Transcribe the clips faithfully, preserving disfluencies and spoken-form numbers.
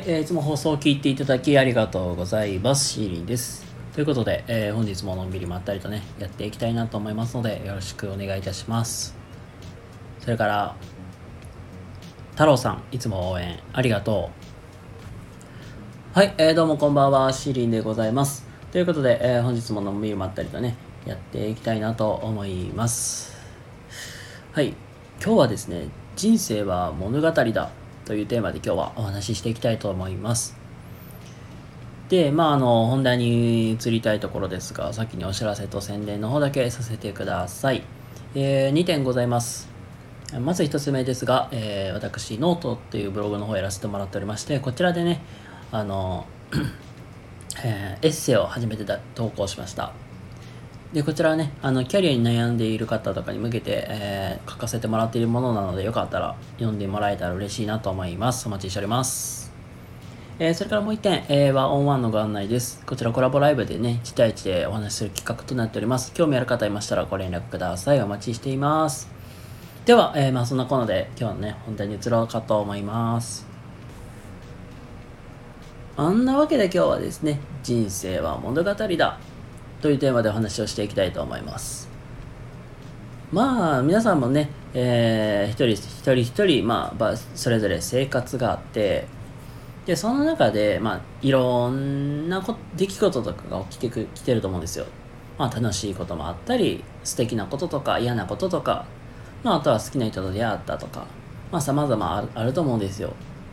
えーいつも放送を聞いていただきありがとうございます。シーリンです。ということで、えー本日ものんびりまったりとね、やっていきたいなと思いますので、よろしくお願いいたします。それから、太郎さん、いつも応援ありがとう。はい、えーどうもこんばんは、シーリンでございます。ということで、えー本日ものんびりまったりとね、やっていきたいなと思います。はい、今日はですね、人生は物語だというテーマで今日はお話ししていきたいと思います。で、まあ、あの、本題に移りたいところですが、先にお知らせと宣伝の方だけさせてください。えー、にてんございます。まずひとつめですが、えー、私、ノートっていうブログの方をやらせてもらっておりまして、こちらでね、あの、えーエッセイを初めてだ投稿しました。で、こちらはね、あの、キャリアに悩んでいる方とかに向けて、えー書かせてもらっているものなので、よかったら読んでもらえたら嬉しいなと思います。お待ちしております。えーそれからもう一点、えーワンオンワンのご案内です。こちらコラボライブでね、いち対いちでお話しする企画となっております。興味ある方いましたらご連絡ください。お待ちしています。では、えーまあそんなコーナーで今日のね、本題に移ろうかと思います。あんなわけで今日はですね、人生は物語だというテーマでお話をしていきたいと思います。まあ皆さんもね、えー一人一人一人、まあ、ばそれぞれ生活があって、でその中で、まあ、いろんなこ出来事とかが起きてくきてると思うんですよ。まあ楽しいこともあったり、素敵なこととか嫌なこととか、まあ、あとは好きな人と出会ったとか、まあ様々あるあると思うんですよ。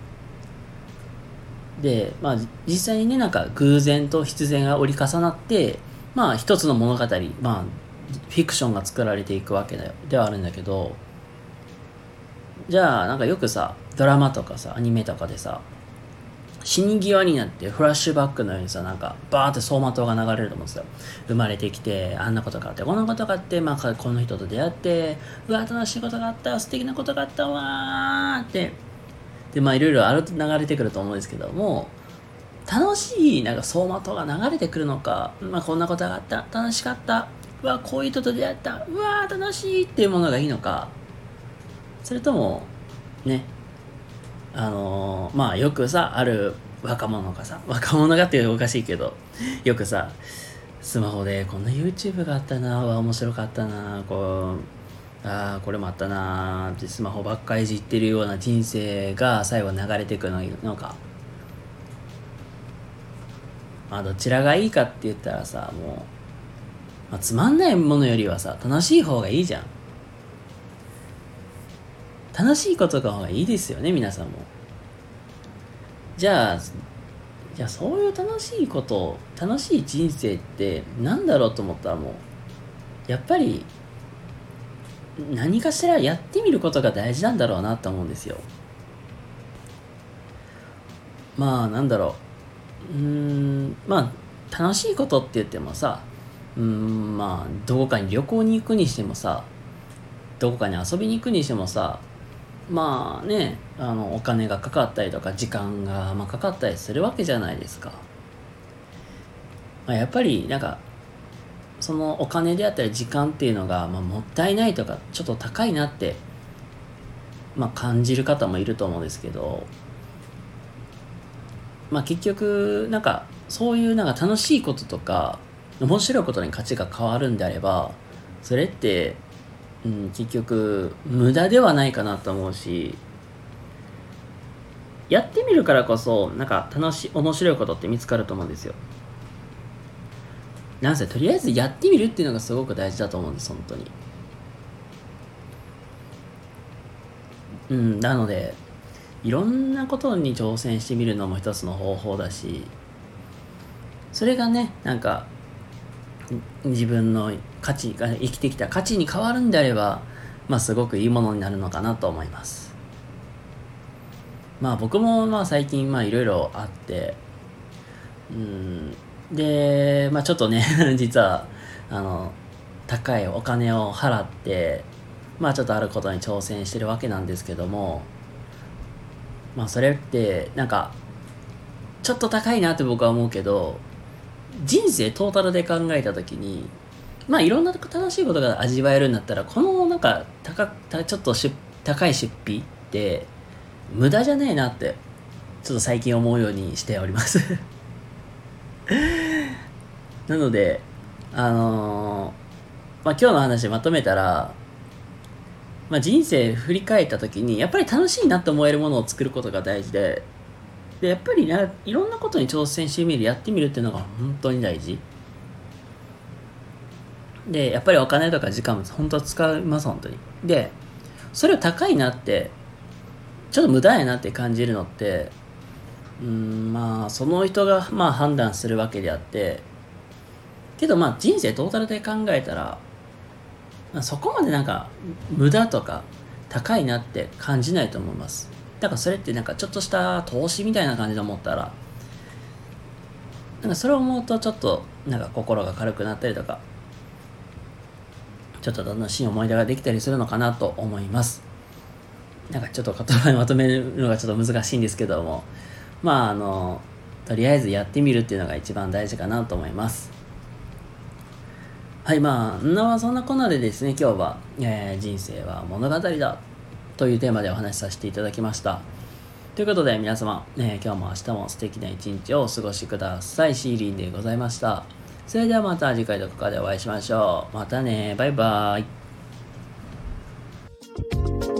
で、まあ実際にね、なんか偶然と必然が折り重なって、まあ一つの物語、まあフィクションが作られていくわけだよではあるんだけど、じゃあなんかよくさ、ドラマとかさ、アニメとかでさ、死に際になってフラッシュバックのようにさ、なんかバーって走馬灯が流れると思うんですよ。生まれてきて、あんなことがあって、こんなことがあって、まあこの人と出会って、うわ、楽しいことがあった、素敵なことがあったわーって、で、まあいろいろあると流れてくると思うんですけども、楽しいなんか走馬灯が流れてくるのか、まあこんなことがあった、楽しかった、うわ、こういう人と出会った、うわー楽しいっていうものがいいのか、それとも、ね、あのーまあよくさ、ある若者がさ、若者がっていうのはおかしいけど、よくさ、スマホでこんな YouTube があったな、わ、面白かったな、こう、ああ、これもあったなってスマホばっかりいじってるような人生が最後流れてくるのか。まあどちらがいいかって言ったらさ、もう、まあ、つまんないものよりはさ、楽しい方がいいじゃん。楽しいことの方がいいですよね、皆さんも。じゃあ、じゃあそういう楽しいこと、楽しい人生ってなんだろうと思ったらもう、やっぱり何かしらやってみることが大事なんだろうなと思うんですよ。まあなんだろう。うーん、まあ楽しいことって言ってもさ、うーん、まあどこかに旅行に行くにしてもさ、どこかに遊びに行くにしてもさ、まあね、あのお金がかかったりとか時間がまあかかったりするわけじゃないですか。まあ、やっぱりなんかそのお金であったり時間っていうのが、まあ、もったいないとかちょっと高いなって、まあ、感じる方もいると思うんですけど、まあ、結局なんかそういうなんか楽しいこととか面白いことに価値が変わるんであれば、それって、うん、結局無駄ではないかなと思うし、やってみるからこそなんか楽しい面白いことって見つかると思うんですよ。なんせとりあえずやってみるっていうのがすごく大事だと思うんです、本当に。うん、なのでいろんなことに挑戦してみるのも一つの方法だし、それがね、なんか自分の価値が生きてきた価値に変わるんであれば、まあすごくいいものになるのかなと思います。まあ僕もまあ最近まあいろいろあって、うんで、まあちょっとね実はあの高いお金を払ってまあちょっとあることに挑戦してるわけなんですけども、まあそれってなんかちょっと高いなって僕は思うけど、人生トータルで考えた時に、まあいろんな楽しいことが味わえるんだったら、このなんか高ちょっとし高い出費って無駄じゃねえなってちょっと最近思うようにしておりますなのであのー、まあ今日の話まとめたら、まあ、人生振り返った時にやっぱり楽しいなって思えるものを作ることが大事で、でやっぱりないろんなことに挑戦してみる、やってみるっていうのが本当に大事で、やっぱりお金とか時間も本当は使います本当に。でそれを高いなってちょっと無駄やなって感じるのってうーんまあその人がまあ判断するわけであって、けどまあ人生トータルで考えたら、まあ、そこまでなんか無駄とか高いなって感じないと思います。だからそれってなんかちょっとした投資みたいな感じで思ったら、なんかそれを思うとちょっとなんか心が軽くなったりとか、ちょっと楽しい思い出ができたりするのかなと思います。なんかちょっと言葉にまとめるのがちょっと難しいんですけども、まああのとりあえずやってみるっていうのが一番大事かなと思います。はい、まあそんなこんなでですね、今日は、えー、人生は物語だというテーマでお話しさせていただきました。ということで皆様、えー、今日も明日も素敵な一日をお過ごしください。シーリンでございました。それではまた次回どこかでお会いしましょう。またね、バイバイ。